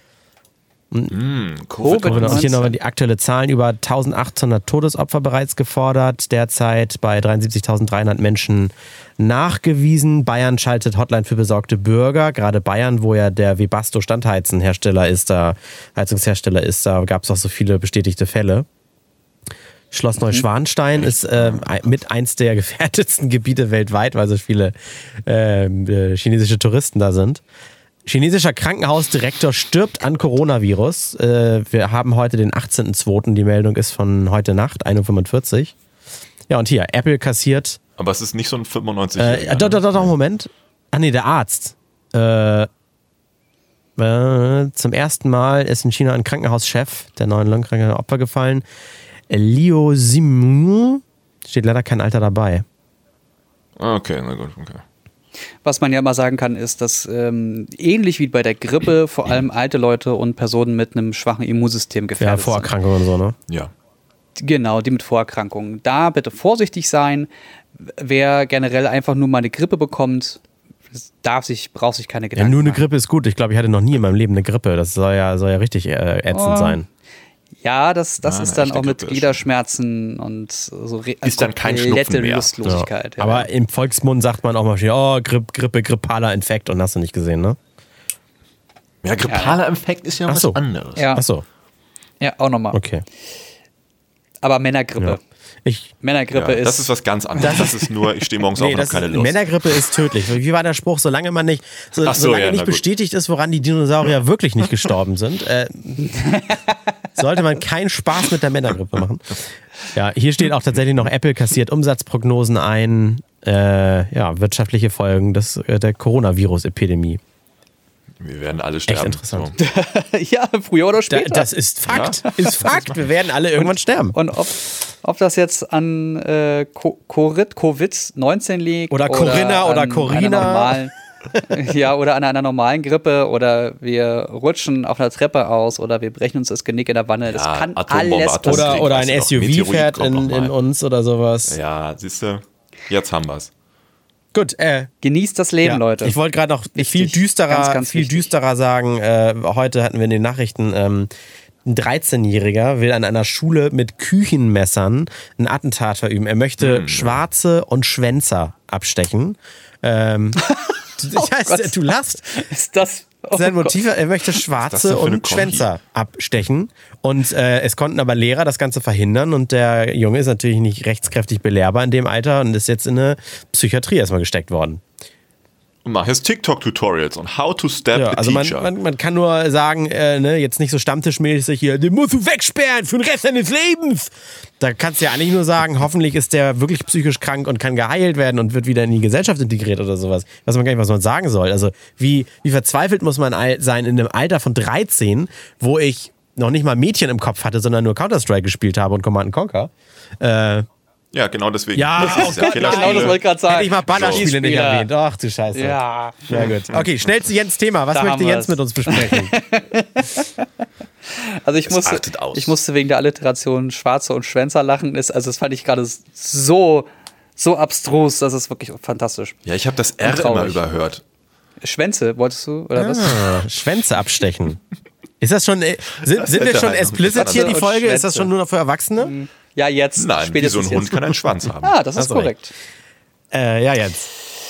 Covid-19. Hier nochmal die aktuelle Zahlen, über 1800 Todesopfer bereits gefordert, derzeit bei 73.300 Menschen nachgewiesen. Bayern schaltet Hotline für besorgte Bürger, gerade Bayern, wo ja der Webasto Heizungshersteller ist, da gab es auch so viele bestätigte Fälle. Schloss Neuschwanstein ist mit eins der gefährdetsten Gebiete weltweit, weil so viele chinesische Touristen da sind. Chinesischer Krankenhausdirektor stirbt an Coronavirus. Wir haben heute den 18.02. Die Meldung ist von heute Nacht, 1.45 Uhr. Ja, und hier, Apple kassiert. Aber es ist nicht so ein 95-Jähriger. Doch, Moment. Ach nee, der Arzt. Zum ersten Mal ist in China ein Krankenhauschef der neuen Lungenkrankheit Opfer gefallen. Liu Ziming. Steht leider kein Alter dabei. Okay, na gut, okay. Was man ja mal sagen kann, ist, dass ähnlich wie bei der Grippe vor allem alte Leute und Personen mit einem schwachen Immunsystem gefährdet sind. Ja, Vorerkrankungen und so, ne? Ja. Genau, die mit Vorerkrankungen. Da bitte vorsichtig sein. Wer generell einfach nur mal eine Grippe bekommt, braucht sich keine Gedanken machen. Nur eine Grippe ist gut. Ich glaube, ich hatte noch nie in meinem Leben eine Grippe. Das soll ja richtig ätzend sein. Ja, das ist dann auch mit Gliederschmerzen und so ist dann kein Schnupfen mehr. Lustlosigkeit. Ja. Aber im Volksmund sagt man auch mal Grippe, grippaler Infekt und hast du nicht gesehen, ne? Ja, grippaler Infekt ist ja was anderes. Ja. Ach so. Ja, auch nochmal. Okay. Aber Männergrippe. Ja. Männergrippe ist... Das ist was ganz anderes. Das ist nur, ich stehe morgens auf und habe keine Lust. Männergrippe ist tödlich. Wie war der Spruch? Solange man nicht, nicht bestätigt ist, woran die Dinosaurier wirklich nicht gestorben sind, sollte man keinen Spaß mit der Männergrippe machen. Ja, hier steht auch tatsächlich noch, Apple kassiert Umsatzprognosen ein, wirtschaftliche Folgen der Coronavirus-Epidemie. Wir werden alle sterben. Echt interessant. So. Ja, früher oder später. Das ist Fakt. Ja? Ist Fakt. Wir werden alle irgendwann sterben. Und ob das jetzt an Covid-19 liegt oder Corinna oder Corina. Oder an einer normalen Grippe oder wir rutschen auf einer Treppe aus oder wir brechen uns das Genick in der Wanne. Das kann alles passieren. Oder ein SUV fährt in uns oder sowas. Ja, siehst du, jetzt haben wir es. Gut, genießt das Leben, Leute. Ich wollte gerade noch viel düsterer sagen. Heute hatten wir in den Nachrichten ein 13-Jähriger will an einer Schule mit Küchenmessern ein Attentat verüben. Er möchte Schwarze und Schwänzer abstechen. Du lachst. Ist das... Sein Motiv, er möchte Schwarze und Schwänzer abstechen. Und es konnten aber Lehrer das Ganze verhindern. Und der Junge ist natürlich nicht rechtskräftig belehrbar in dem Alter und ist jetzt in eine Psychiatrie erstmal gesteckt worden. Und mach jetzt TikTok-Tutorials on how to stab a also teacher. Man kann nur sagen, jetzt nicht so stammtischmäßig hier, den musst du wegsperren für den Rest deines Lebens. Da kannst du ja eigentlich nur sagen, hoffentlich ist der wirklich psychisch krank und kann geheilt werden und wird wieder in die Gesellschaft integriert oder sowas. Weiß man gar nicht, was man sagen soll. Also wie verzweifelt muss man sein in einem Alter von 13, wo ich noch nicht mal Mädchen im Kopf hatte, sondern nur Counter-Strike gespielt habe und Command & Conquer. Ja, genau deswegen. Ja, genau das wollte ich gerade sagen. Hätte ich mal Ballerspiele nicht erwähnt. Ach du Scheiße. Ja. Ja gut. Okay, schnell zu Jens Thema. Was möchte Jens mit uns besprechen? Also ich musste wegen der Alliteration Schwarze und Schwänzer lachen. Das fand ich gerade so abstrus, das ist wirklich fantastisch. Ja, ich habe das R immer überhört. Schwänze, wolltest du? Oder was? Schwänze abstechen. Ist das schon, sind wir schon explicit hier, die Folge? Ist das schon nur noch für Erwachsene? Ja, jetzt. Nein, wie so ein Hund kann einen Schwanz haben. Ah, das ist korrekt. Ja, jetzt.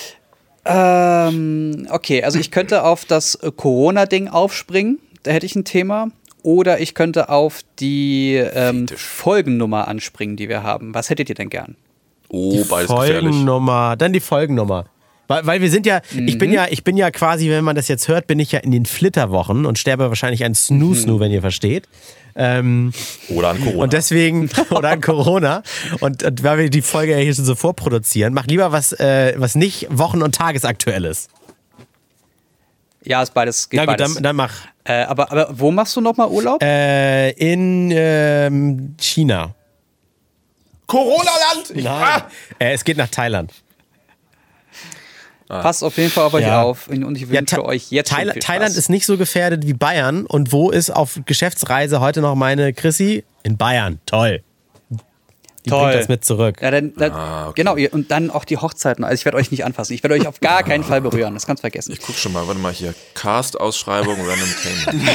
Okay, also ich könnte auf das Corona-Ding aufspringen. Da hätte ich ein Thema. Oder ich könnte auf die Folgennummer anspringen, die wir haben. Was hättet ihr denn gern? Oh, beides Folgennummer. Dann die Folgennummer. Weil wir sind ja, ich bin ja quasi, wenn man das jetzt hört, bin ich ja in den Flitterwochen und sterbe wahrscheinlich an Snoo-Snoo, wenn ihr versteht. Oder an Corona. Und deswegen, oder an Corona. Und weil wir die Folge ja hier schon so vorproduzieren, mach lieber was nicht wochen- und tagesaktuell ist. Ja, ist beides. Geht beides. Dann mach. Aber wo machst du nochmal Urlaub? In China. Corona-Land! Nein. Es geht nach Thailand. Passt auf jeden Fall auf euch auf und ich wünsche euch jetzt schon viel Spaß. Thailand ist nicht so gefährdet wie Bayern. Und wo ist auf Geschäftsreise heute noch meine Chrissy? In Bayern. Toll. Die bringt das mit zurück. Ja, okay. Genau, und dann auch die Hochzeiten. Also ich werde euch nicht anfassen. Ich werde euch auf gar keinen Fall berühren. Das kannst du vergessen. Ich guck schon mal, warte mal hier. Cast-Ausschreibung, Random Themen.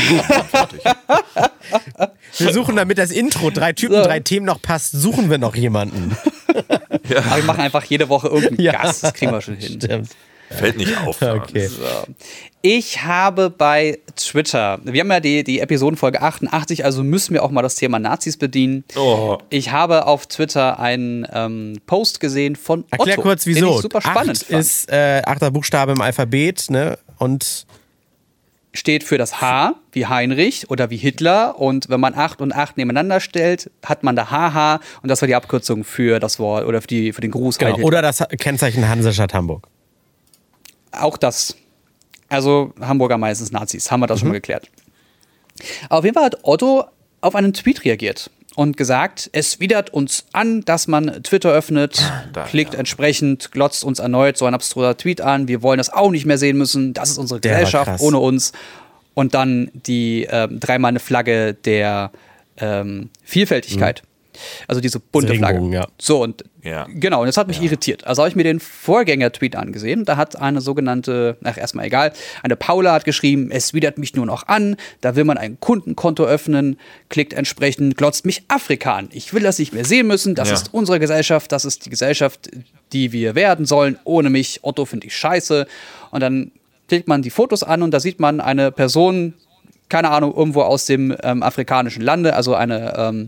Wir suchen, damit das Intro 3 Typen, 3 Themen noch passt, suchen wir noch jemanden. Ja. Aber wir machen einfach jede Woche irgendeinen Gast. Das kriegen wir schon hin. Stimmt. Fällt nicht auf. Okay. So. Ich habe bei Twitter, wir haben ja die Episodenfolge 88, also müssen wir auch mal das Thema Nazis bedienen. Oh. Ich habe auf Twitter einen Post gesehen von Otto. Erklär kurz, wieso. Den ich super spannend fand. Ist 8. Buchstabe im Alphabet, ne? Und steht für das H, wie Heinrich oder wie Hitler. Und wenn man 8 und 8 nebeneinander stellt, hat man da HH. Und das war die Abkürzung für das Wort oder für den Gruß. Genau. Oder das Kennzeichen Hansestadt Hamburg. Auch das. Also Hamburger meistens Nazis, haben wir das schon mal geklärt. Aber auf jeden Fall hat Otto auf einen Tweet reagiert und gesagt, es widert uns an, dass man Twitter öffnet, klickt entsprechend, glotzt uns erneut so ein abstruser Tweet an, wir wollen das auch nicht mehr sehen müssen, das ist unsere Gesellschaft ohne uns. Und dann die dreimal eine Flagge der Vielfältigkeit. Also diese bunte Flagge. Ja. So, und genau, und das hat mich irritiert. Also habe ich mir den Vorgänger-Tweet angesehen. Da hat eine sogenannte, erstmal egal, eine Paula hat geschrieben, es widert mich nur noch an, da will man ein Kundenkonto öffnen, klickt entsprechend, glotzt mich Afrika an. Ich will das nicht mehr sehen müssen, das ist unsere Gesellschaft, das ist die Gesellschaft, die wir werden sollen. Ohne mich, Otto finde ich scheiße. Und dann klickt man die Fotos an und da sieht man eine Person, keine Ahnung, irgendwo aus dem afrikanischen Lande, also eine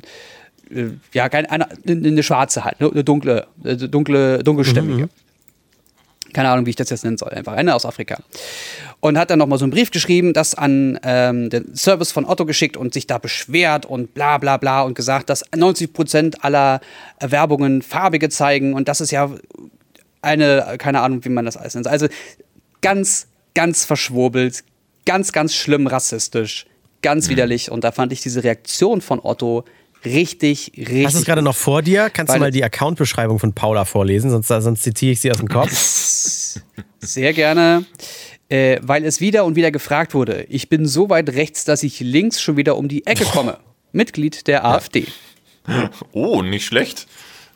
eine schwarze halt, eine dunkelstämmige. Keine Ahnung, wie ich das jetzt nennen soll. Einfach eine aus Afrika. Und hat dann nochmal so einen Brief geschrieben, das an den Service von Otto geschickt und sich da beschwert und bla bla bla und gesagt, dass 90% aller Werbungen farbige zeigen und das ist ja keine Ahnung, wie man das alles nennt. Also ganz, ganz verschwurbelt, ganz, ganz schlimm rassistisch, ganz widerlich. Und da fand ich diese Reaktion von Otto richtig. Hast du es gerade noch vor dir? Kannst du mal die Account-Beschreibung von Paula vorlesen? Sonst zitiere ich sie aus dem Kopf. Sehr gerne. Weil es wieder und wieder gefragt wurde. Ich bin so weit rechts, dass ich links schon wieder um die Ecke komme. Mitglied der AfD. Oh, nicht schlecht.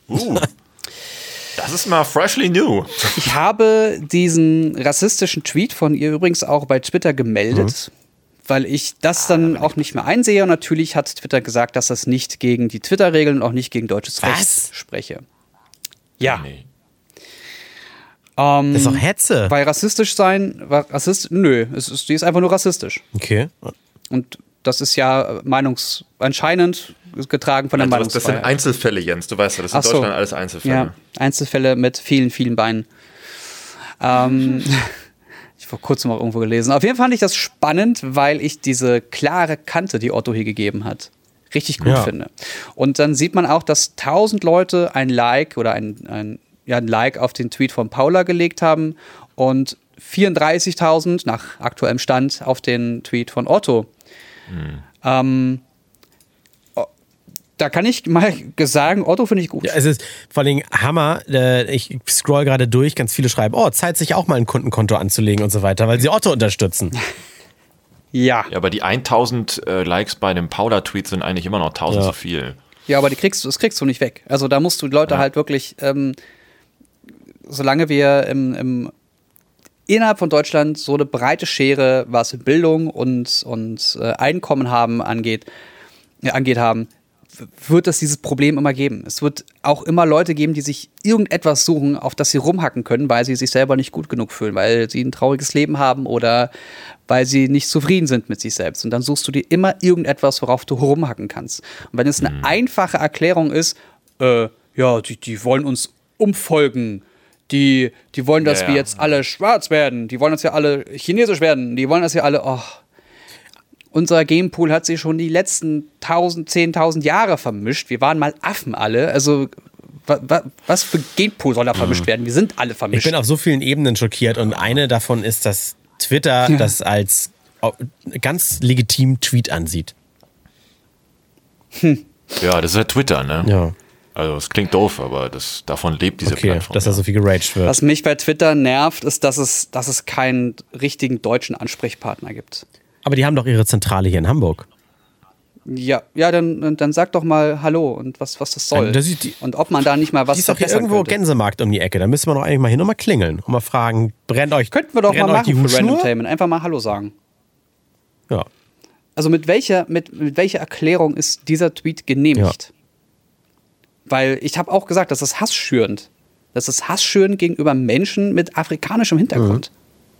Das ist mal freshly new. Ich habe diesen rassistischen Tweet von ihr übrigens auch bei Twitter gemeldet. weil ich das dann auch nicht mehr einsehe. Und natürlich hat Twitter gesagt, dass das nicht gegen die Twitter-Regeln und auch nicht gegen deutsches Recht spreche. Ja. Nee. Das ist doch Hetze. Weil rassistisch sein, die ist einfach nur rassistisch. Okay. Und das ist ja anscheinend getragen von der Meinungsfreiheit. Das sind Einzelfälle, Jens, du weißt ja, das sind in Deutschland alles Einzelfälle. Ja, Einzelfälle mit vielen, vielen Beinen. Ich habe vor kurzem auch irgendwo gelesen. Auf jeden Fall fand ich das spannend, weil ich diese klare Kante, die Otto hier gegeben hat, richtig gut finde. Und dann sieht man auch, dass 1000 Leute ein Like oder ein Like auf den Tweet von Paula gelegt haben und 34.000 nach aktuellem Stand auf den Tweet von Otto. Da kann ich mal sagen, Otto finde ich gut. Ja, es ist vor allem Hammer. Ich scroll gerade durch, ganz viele schreiben, Zeit sich auch mal ein Kundenkonto anzulegen und so weiter, weil sie Otto unterstützen. Ja, aber die 1000 Likes bei dem Paula-Tweet sind eigentlich immer noch 1000 zu viel. Ja, aber das kriegst du nicht weg. Also da musst du die Leute halt wirklich, solange wir innerhalb von Deutschland so eine breite Schere, was Bildung und Einkommen angeht, wird es dieses Problem immer geben. Es wird auch immer Leute geben, die sich irgendetwas suchen, auf das sie rumhacken können, weil sie sich selber nicht gut genug fühlen, weil sie ein trauriges Leben haben oder weil sie nicht zufrieden sind mit sich selbst. Und dann suchst du dir immer irgendetwas, worauf du rumhacken kannst. Und wenn es eine einfache Erklärung ist, die wollen uns umfolgen, die wollen, dass wir jetzt alle schwarz werden, die wollen, dass wir alle chinesisch werden, die wollen, dass wir alle, unser Genpool hat sich schon die letzten 10.000 Jahre vermischt. Wir waren mal Affen alle. Also, was für Genpool soll da vermischt werden? Wir sind alle vermischt. Ich bin auf so vielen Ebenen schockiert und eine davon ist, dass Twitter das als ganz legitim Tweet ansieht. Ja, das ist ja Twitter, ne? Ja. Also, es klingt doof, aber davon lebt diese Plattform. Dass da so viel geraged wird. Was mich bei Twitter nervt, ist, dass es keinen richtigen deutschen Ansprechpartner gibt. Aber die haben doch ihre Zentrale hier in Hamburg. Ja, dann sag doch mal Hallo und was das soll. Und ob man da nicht mal was verbessern könnte. Die ist doch hier irgendwo Gänsemarkt um die Ecke. Da müssen wir doch eigentlich mal hin und mal klingeln und mal fragen, könnten wir doch mal machen für Randomtainment. Einfach mal Hallo sagen. Ja. Also mit welcher Erklärung ist dieser Tweet genehmigt? Ja. Weil ich habe auch gesagt, das ist hassschürend. Das ist hassschürend gegenüber Menschen mit afrikanischem Hintergrund.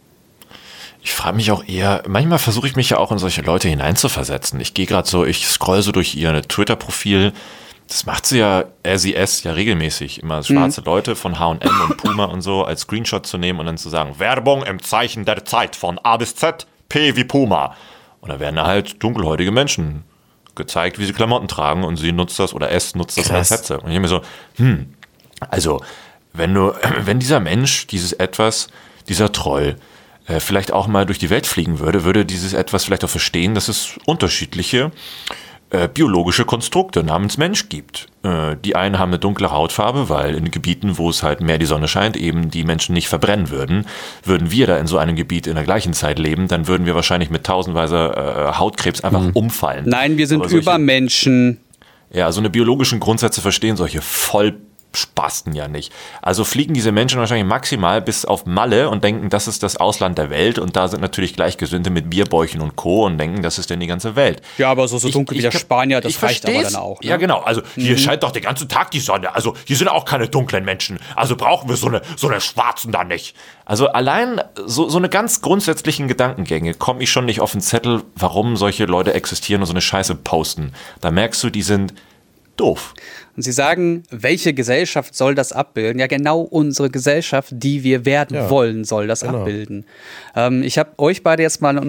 Ich frage mich auch eher, manchmal versuche ich mich ja auch in solche Leute hineinzuversetzen. Ich scroll so durch ihr Twitter-Profil. Das macht sie ja regelmäßig. Immer schwarze Leute von H&M und Puma und so als Screenshot zu nehmen und dann zu sagen, Werbung im Zeichen der Zeit von A bis Z, P wie Puma. Und da werden halt dunkelhäutige Menschen gezeigt, wie sie Klamotten tragen und sie nutzt das oder es nutzt das als Hetze. Und ich mir so, also wenn dieser Mensch, dieser Troll, vielleicht auch mal durch die Welt fliegen würde dieses Etwas vielleicht auch verstehen, dass es unterschiedliche biologische Konstrukte namens Mensch gibt. Die einen haben eine dunkle Hautfarbe, weil in Gebieten, wo es halt mehr die Sonne scheint, eben die Menschen nicht verbrennen würden. Würden wir da in so einem Gebiet in der gleichen Zeit leben, dann würden wir wahrscheinlich mit tausendweise Hautkrebs einfach umfallen. Nein, wir sind Übermenschen. Ja, so eine biologischen Grundsätze verstehen solche Vollspasten ja nicht. Also fliegen diese Menschen wahrscheinlich maximal bis auf Malle und denken, das ist das Ausland der Welt und da sind natürlich Gleichgesinnte mit Bierbäuchen und Co. und denken, das ist denn die ganze Welt. Ja, aber so dunkel wie der Spanier, das reicht aber dann auch. Ne? Ja, genau. Also hier scheint doch den ganzen Tag die Sonne. Also hier sind auch keine dunklen Menschen. Also brauchen wir so eine Schwarzen da nicht. Also allein so eine ganz grundsätzlichen Gedankengänge komme ich schon nicht auf den Zettel, warum solche Leute existieren und so eine Scheiße posten. Da merkst du, die sind doof. Und sie sagen, welche Gesellschaft soll das abbilden? Ja, genau unsere Gesellschaft, die wir werden wollen, soll das abbilden. Ich habe euch beide jetzt mal in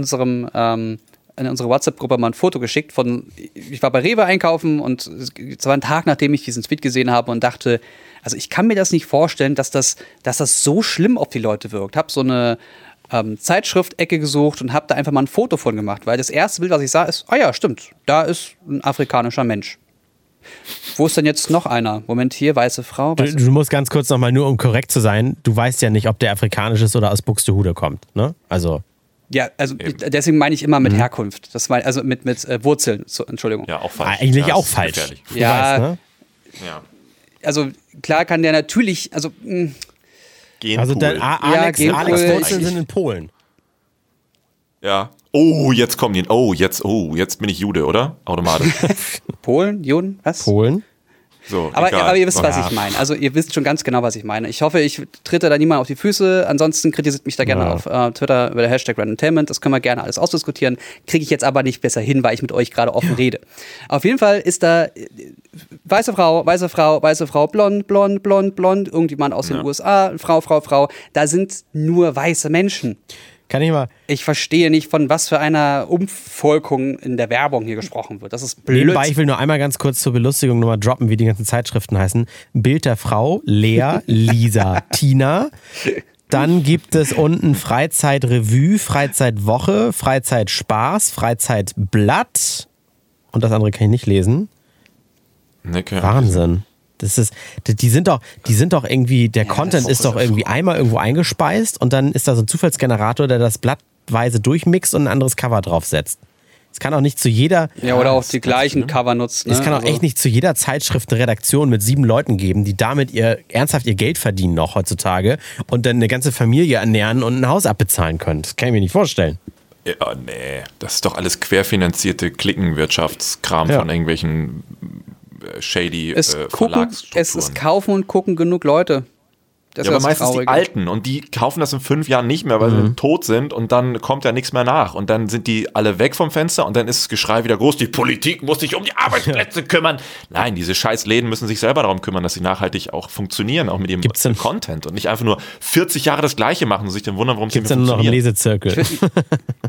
unsere WhatsApp-Gruppe mal ein Foto geschickt ich war bei Rewe einkaufen und es war ein Tag, nachdem ich diesen Tweet gesehen habe und dachte, also ich kann mir das nicht vorstellen, dass das so schlimm auf die Leute wirkt. Habe so eine Zeitschriftecke gesucht und habe da einfach mal ein Foto von gemacht, weil das erste Bild, was ich sah, ist, ja, stimmt, da ist ein afrikanischer Mensch. Wo ist denn jetzt noch einer? Moment, hier, weiße Frau. Du musst ganz kurz nochmal, nur um korrekt zu sein, du weißt ja nicht, ob der afrikanisch ist oder aus Buxtehude kommt, ne? Also. Ja, also deswegen meine ich immer mit Herkunft. Das war also mit Wurzeln. Entschuldigung. Ja, auch falsch. Eigentlich auch falsch. Ja, weißt, ne? Ja. Also klar kann der natürlich, also Genpool. Also Alex Wurzeln sind in Polen. Ja. Oh, jetzt kommen die. Jetzt bin ich Jude, oder? Automatisch. Polen, Juden, was? Polen? So, aber ihr wisst, was ich meine. Also ihr wisst schon ganz genau, was ich meine. Ich hoffe, ich trete da niemand auf die Füße. Ansonsten kritisiert mich da gerne auf Twitter über der Hashtag Randomtainment. Das können wir gerne alles ausdiskutieren. Kriege ich jetzt aber nicht besser hin, weil ich mit euch gerade offen rede. Auf jeden Fall ist da weiße Frau, blond, irgendjemand aus den USA, Frau. Da sind nur weiße Menschen. Kann ich mal. Ich verstehe nicht, von was für einer Umvolkung in der Werbung hier gesprochen wird. Das ist blöd. Nebenbei, ich will nur einmal ganz kurz zur Belustigung nochmal droppen, wie die ganzen Zeitschriften heißen. Bild der Frau, Lea, Lisa, Tina. Dann gibt es unten Freizeitrevue, Freizeitwoche, Freizeitspaß, Freizeitblatt. Und das andere kann ich nicht lesen. Okay. Wahnsinn. Die sind doch irgendwie, der Content ist doch irgendwie einmal irgendwo eingespeist und dann ist da so ein Zufallsgenerator, der das blattweise durchmixt und ein anderes Cover draufsetzt. Es kann auch nicht zu jeder... Ja, oder auch die gleichen Cover nutzen. Es kann auch echt nicht zu jeder Zeitschrift eine Redaktion mit 7 Leuten geben, die damit ernsthaft ihr Geld verdienen noch heutzutage und dann eine ganze Familie ernähren und ein Haus abbezahlen können. Das kann ich mir nicht vorstellen. Ja, nee. Das ist doch alles querfinanzierte Klickenwirtschaftskram von irgendwelchen... shady Verlagsstrukturen. Es ist kaufen und gucken genug Leute. Das aber meistens die Alten und die kaufen das in 5 Jahren nicht mehr, weil sie tot sind und dann kommt ja nichts mehr nach und dann sind die alle weg vom Fenster und dann ist das Geschrei wieder groß, die Politik muss sich um die Arbeitsplätze kümmern. Nein, diese scheiß Läden müssen sich selber darum kümmern, dass sie nachhaltig auch funktionieren, auch mit ihrem Content und nicht einfach nur 40 Jahre das Gleiche machen und sich dann wundern, warum es nicht mehr funktioniert. Gibt's denn noch einen Lesezirkel?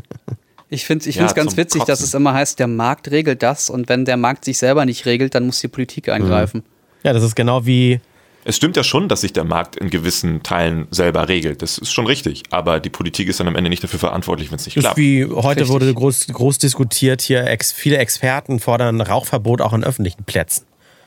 Ich finde es ganz witzig, dass es immer heißt, der Markt regelt das und wenn der Markt sich selber nicht regelt, dann muss die Politik eingreifen. Ja, das ist genau wie... Es stimmt ja schon, dass sich der Markt in gewissen Teilen selber regelt. Das ist schon richtig. Aber die Politik ist dann am Ende nicht dafür verantwortlich, wenn es nicht klappt. Wie heute wurde groß diskutiert, hier viele Experten fordern Rauchverbot auch an öffentlichen Plätzen.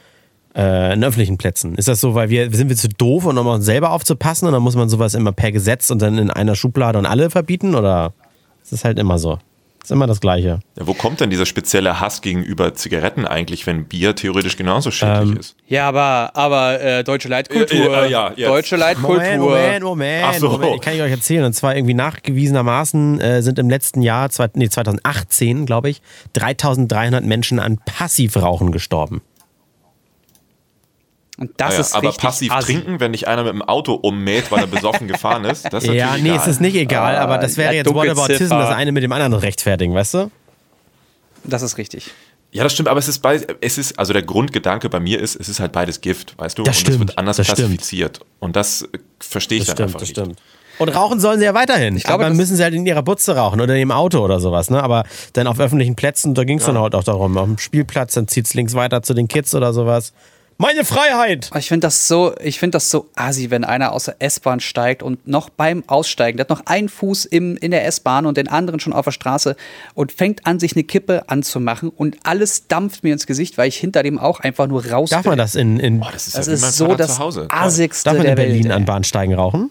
Ist das so, sind wir zu doof, um uns selber aufzupassen und dann muss man sowas immer per Gesetz und dann in einer Schublade und alle verbieten? Oder ist es halt immer so? Ist immer das Gleiche. Ja, wo kommt denn dieser spezielle Hass gegenüber Zigaretten eigentlich, wenn Bier theoretisch genauso schädlich ist? Ja, aber deutsche Leitkultur. Deutsche Leitkultur. Moment. Ach so. Moment. Kann ich euch erzählen. Und zwar irgendwie nachgewiesenermaßen sind im letzten Jahr, 2018, glaube ich, 3.300 Menschen an Passivrauchen gestorben. Und das ist aber richtig passiv trinken, wenn dich einer mit dem Auto ummäht, weil er besoffen gefahren ist, das ist natürlich egal. Es ist nicht egal, aber das wäre jetzt Whataboutism, das eine mit dem anderen rechtfertigen, weißt du? Das ist richtig. Ja, das stimmt, aber also der Grundgedanke bei mir ist, es ist halt beides Gift, weißt du? Das stimmt, und es wird anders klassifiziert. Und das verstehe ich dann einfach nicht. Stimmt. Und rauchen sollen sie ja weiterhin. Ich glaube, dann müssen sie halt in ihrer Butze rauchen oder im Auto oder sowas, ne? Aber dann auf öffentlichen Plätzen, da ging es dann halt auch darum, auf dem Spielplatz, dann zieht es links weiter zu den Kids oder sowas. Meine Freiheit! Ich finde das so assi, wenn einer aus der S-Bahn steigt und noch beim Aussteigen, der hat noch einen Fuß in der S-Bahn und den anderen schon auf der Straße und fängt an, sich eine Kippe anzumachen und alles dampft mir ins Gesicht, weil ich hinter dem auch einfach nur raus will. Darf man das das ist so das Assigste Darf man der in Berlin Welt, an Bahnsteigen rauchen?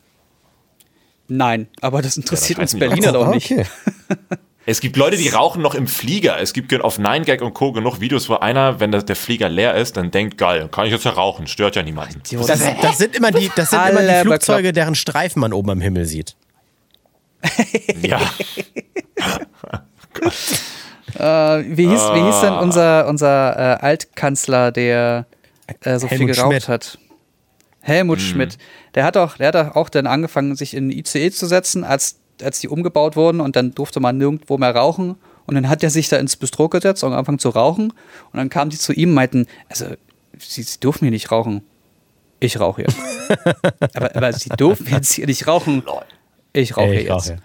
Nein, aber das interessiert uns Berliner doch nicht. Okay. Es gibt Leute, die rauchen noch im Flieger. Es gibt auf 9gag und Co. genug Videos, wo einer, wenn der Flieger leer ist, dann denkt, geil, kann ich jetzt ja rauchen, stört ja niemanden. Das sind immer die Flugzeuge, deren Streifen man oben am Himmel sieht. Ja. Wie hieß denn unser Altkanzler, der so viel geraucht hat? Helmut Schmidt. Der hat auch dann angefangen, sich in ICE zu setzen, als die umgebaut wurden und dann durfte man nirgendwo mehr rauchen und dann hat er sich da ins Bistro gesetzt und angefangen zu rauchen und dann kamen die zu ihm und meinten, also sie dürfen hier nicht rauchen. Ich rauche hier. aber sie dürfen jetzt hier nicht rauchen. Ich rauche hier jetzt.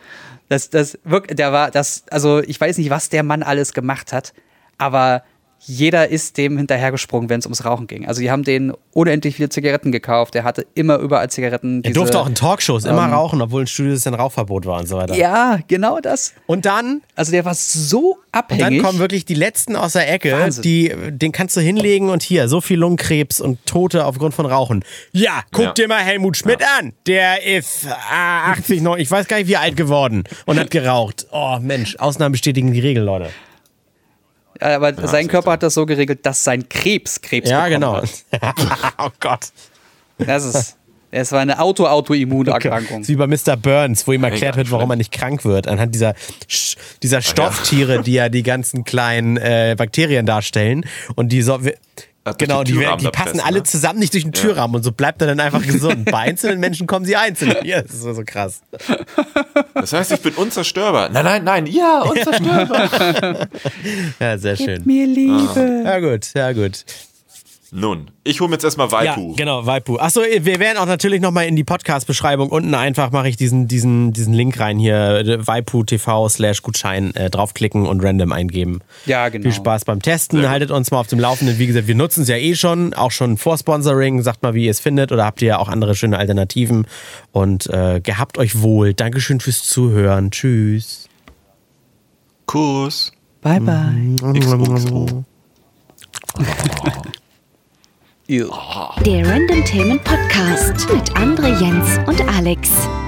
Also ich weiß nicht, was der Mann alles gemacht hat, aber jeder ist dem hinterhergesprungen, wenn es ums Rauchen ging. Also die haben denen unendlich viele Zigaretten gekauft. Der hatte immer überall Zigaretten. Er durfte auch in Talkshows immer rauchen, obwohl in Studios ein Rauchverbot war und so weiter. Ja, genau das. Und dann? Also der war so abhängig. Und dann kommen wirklich die Letzten aus der Ecke, den kannst du hinlegen und hier, so viel Lungenkrebs und Tote aufgrund von Rauchen. Ja, guck dir mal Helmut Schmidt an. Der ist 80 noch, ich weiß gar nicht wie alt geworden und hat geraucht. Oh Mensch, Ausnahmen bestätigen die Regel, Leute. Aber sein Körper hat das so geregelt, dass sein Krebs ja, genau. hat. Oh Gott. Das ist Es war eine Autoimmunerkrankung. Wie bei Mr. Burns, wo ihm erklärt wird, warum er nicht krank wird. Anhand dieser Stofftiere, die ja die ganzen kleinen Bakterien darstellen. Und die genau, die passen alle zusammen nicht durch den Türrahmen und so bleibt er dann einfach gesund. Bei einzelnen Menschen kommen sie einzeln. Ja, das ist so krass. Das heißt, ich bin unzerstörbar. Nein, ja, unzerstörbar. Ja, sehr schön. Gib mir Liebe. Ja, gut. Nun, ich hole mir jetzt erstmal Waipu. Ja, genau, Waipu. Achso, wir werden auch natürlich nochmal in die Podcast-Beschreibung unten einfach mache ich diesen Link rein hier, waipu.tv/Gutschein draufklicken und random eingeben. Ja, genau. Viel Spaß beim Testen, haltet uns mal auf dem Laufenden. Wie gesagt, wir nutzen es ja eh schon, auch schon vor Sponsoring. Sagt mal, wie ihr es findet oder habt ihr auch andere schöne Alternativen. Und gehabt euch wohl. Dankeschön fürs Zuhören. Tschüss. Kuss. Bye, bye. XOXO. Der Random Themen Podcast mit André, Jens und Alex.